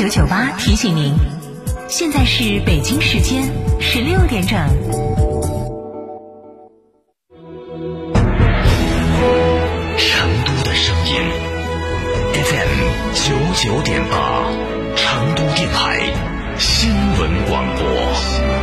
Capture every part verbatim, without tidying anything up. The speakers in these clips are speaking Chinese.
九九八提醒您，现在是北京时间十六点整。 成都的声音 F M 九九点八，成都电台新闻广播。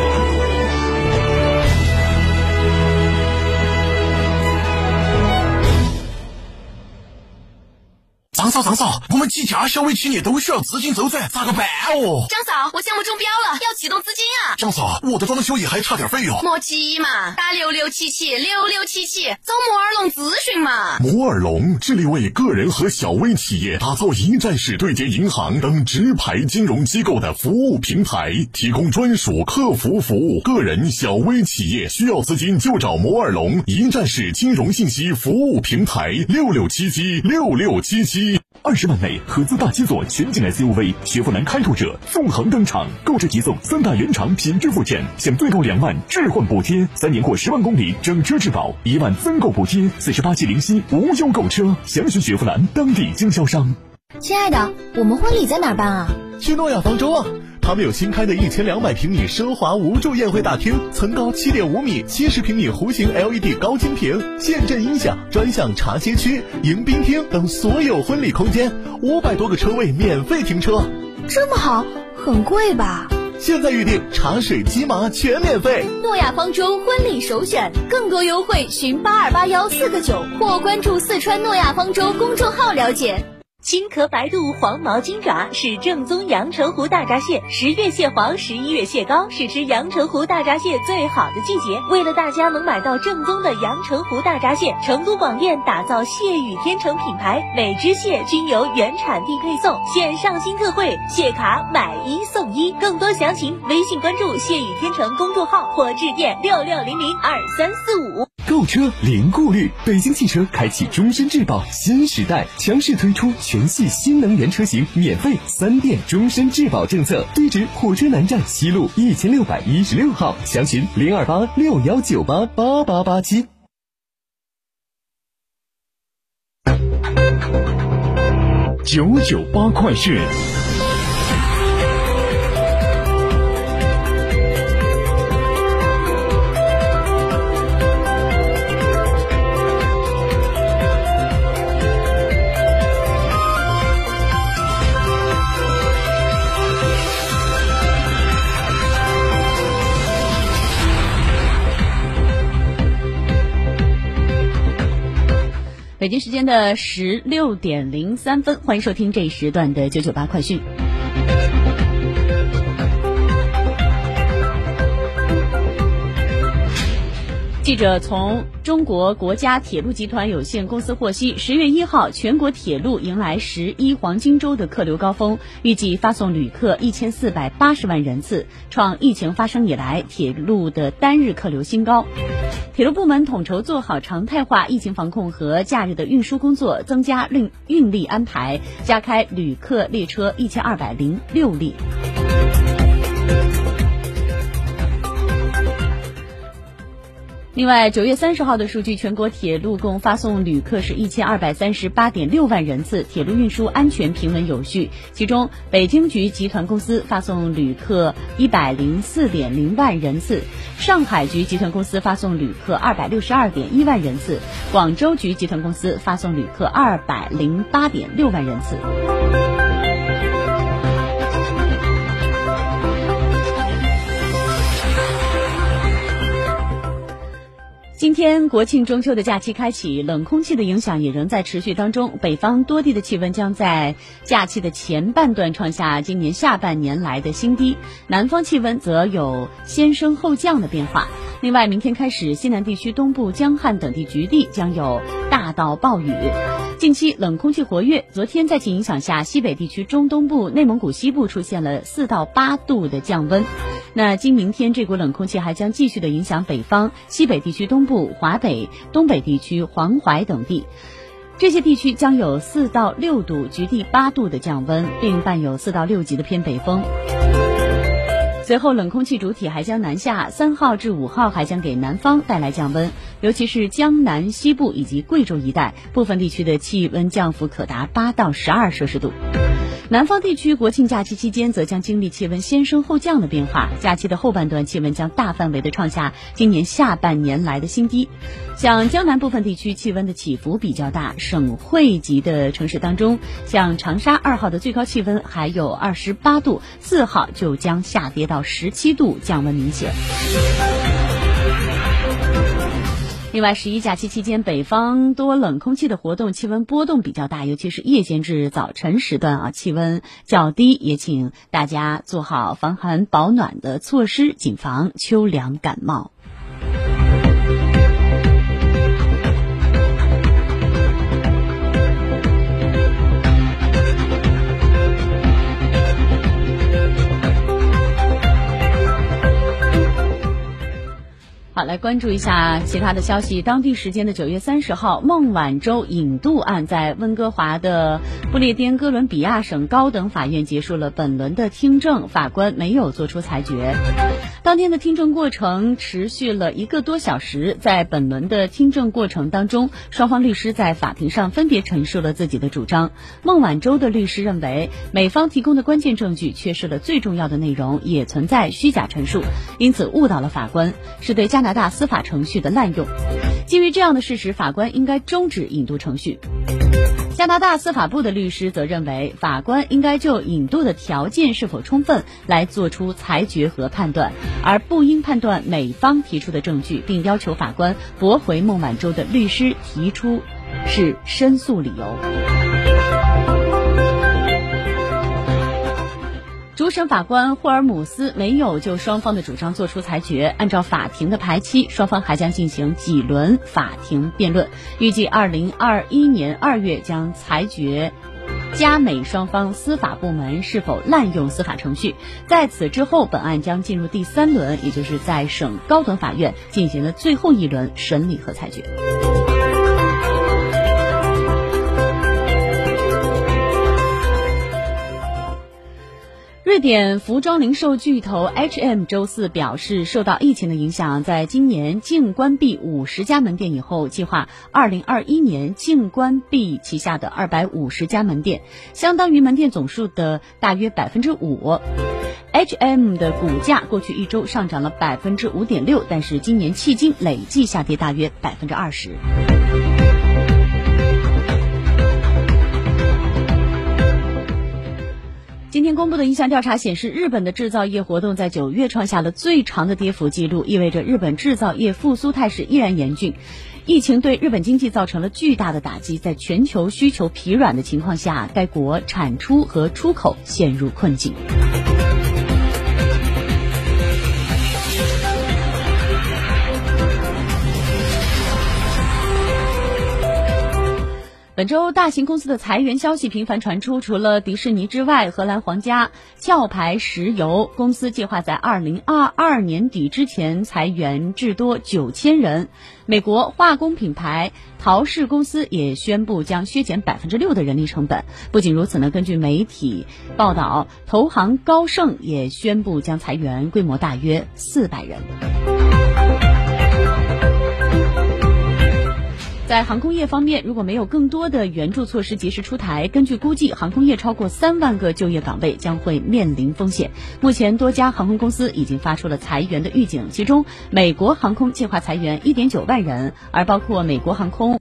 张嫂，张嫂，我们几家小微企业都需要资金周转，咋个办哦？ 张嫂，我项目中标了，要启动资金啊！ 张嫂，我的装修也还差点费用。 莫急嘛，打六六七七六六七七，找摩尔龙咨询嘛。 摩尔龙致力为个人和小微企业打造一站式对接银行等直排金融机构的服务平台，提供专属客服服务。个人、小微企业需要资金就找摩尔龙一站式金融信息服务平台，六六七七六六七七。 二十万内合资大七座全景 S U V 雪佛兰开拓者纵横登场，购置即送三大原厂品质附件，享最高两万置换补贴，三年或十万公里整车质保，一万增购补贴，四十八期零息无忧购车，详询雪佛兰当地经销商。 亲爱的，我们婚礼在哪儿办啊？ 去诺亚方舟啊！他们有新开的一千两百平米奢华无柱宴会大厅，层高七点五米，七十平米弧形 L E D 高清屏，现阵音响，专项茶歇区、迎宾厅等所有婚礼空间，五百多个车位免费停车。 这么好，很贵吧？ 现在预定茶水鸡麻全免费。 诺亚方舟婚礼首选，更多优惠询八二八幺四个九或关注四川诺亚方舟公众号了解。 青壳白肚黄毛金爪是正宗阳澄湖大闸蟹，十月蟹黄，十一月蟹膏，是吃阳澄湖大闸蟹最好的季节。为了大家能买到正宗的阳澄湖大闸蟹，成都广电打造蟹语天成品牌，每只蟹均由原产地配送，现上新特惠，蟹卡买一送一。更多详情微信关注蟹语天成公众号或致电六六零零二三四五。 购车零顾虑，北京汽车开启终身质保新时代，强势推出全系新能源车型免费三电终身质保政策。地址：火车南站西路一千六百一十六号，详询零二八六幺九八八八八七。 九九八快讯。 北京时间的十六点零三分，欢迎收听这一时段的九九八快讯。记者从中国国家铁路集团有限公司获悉，十月一号，全国铁路迎来十一黄金周的客流高峰，预计发送旅客一千四百八十万人次，创疫情发生以来铁路的单日客流新高。铁路部门统筹做好常态化疫情防控和假日的运输工作，增加运运力安排，加开旅客列车一千二百零六列。另外，九月三十号的数据，全国铁路共发送旅客是一千二百三十八点六万人次，铁路运输安全平稳有序。其中，北京局集团公司发送旅客一百零四点零万人次，上海局集团公司发送旅客二百六十二点一万人次，广州局集团公司发送旅客二百零八点六万人次。今天国庆中秋的假期开启，冷空气的影响也仍在持续当中，北方多地的气温将在假期的前半段创下今年下半年来的新低，南方气温则有先升后降的变化。另外，明天开始，西南地区东部、江汉等地局地将有大到暴雨。近期冷空气活跃，昨天在其影响下，西北地区中东部、内蒙古西部出现了四到八度的降温。那今明天这股冷空气还将继续的影响北方、西北地区东部、华北、东北地区、黄淮等地。这些地区将有四到六度、局地八度的降温，并伴有四到六级的偏北风。 随后冷空气主体还将南下，三号至五号还将给南方带来降温，尤其是江南西部以及贵州一带部分地区的气温降幅可达八到十二摄氏度。南方地区国庆假期期间则将经历气温先升后降的变化，假期的后半段气温将大范围的创下今年下半年来的新低。像江南部分地区气温的起伏比较大，省会级的城市当中，像长沙二号的最高气温还有二十八度，四号就将下跌到十七度，降温明显。另外，十一假期期间，北方多冷空气的活动，气温波动比较大，尤其是夜间至早晨时段啊，气温较低，也请大家做好防寒保暖的措施，谨防秋凉感冒。好，来关注一下其他的消息。当地时间的九月三十号，孟晚舟引渡案在温哥华的不列颠哥伦比亚省高等法院结束了本轮的听证，法官没有作出裁决。当天的听证过程持续了一个多小时，在本轮的听证过程当中，双方律师在法庭上分别陈述了自己的主张。孟晚舟的律师认为，美方提供的关键证据缺失了最重要的内容，也存在虚假陈述，因此误导了法官，是对加拿大司法程序的滥用。基于这样的事实，法官应该终止引渡程序。加拿大司法部的律师则认为，法官应该就引渡的条件是否充分来做出裁决和判断，而不应判断美方提出的证据，并要求法官驳回孟晚舟的律师提出是申诉理由。主审法官霍尔姆斯没有就双方的主张作出裁决，按照法庭的排期，双方还将进行几轮法庭辩论，预计二零二一年二月将裁决加美双方司法部门是否滥用司法程序。在此之后，本案将进入第三轮，也就是在省高等法院进行了最后一轮审理和裁决。瑞典服装零售巨头 H and M 周四表示，受到疫情的影响，在今年净关闭五十家门店以后，计划二零二一年净关闭旗下的二百五十家门店，相当于门店总数的大约 百分之五。H and M 的股价过去一周上涨了 百分之五点六， 但是今年迄今累计下跌大约 百分之二十。今天公布的一项调查显示，日本的制造业活动在九月创下了最长的跌幅记录，意味着日本制造业复苏态势依然严峻。疫情对日本经济造成了巨大的打击，在全球需求疲软的情况下，该国产出和出口陷入困境。本周大型公司的裁员消息频繁传出，除了迪士尼之外，荷兰皇家壳牌石油公司计划在二零二二年底之前裁员至多九千人。美国化工品牌陶氏公司也宣布将削减 百分之六 的人力成本。不仅如此呢，根据媒体报道，投行高盛也宣布将裁员，规模大约四百人。在航空业方面，如果没有更多的援助措施及时出台，根据估计，航空业超过三万个就业岗位将会面临风险。目前多家航空公司已经发出了裁员的预警，其中美国航空计划裁员 一点九万人，而包括美国航空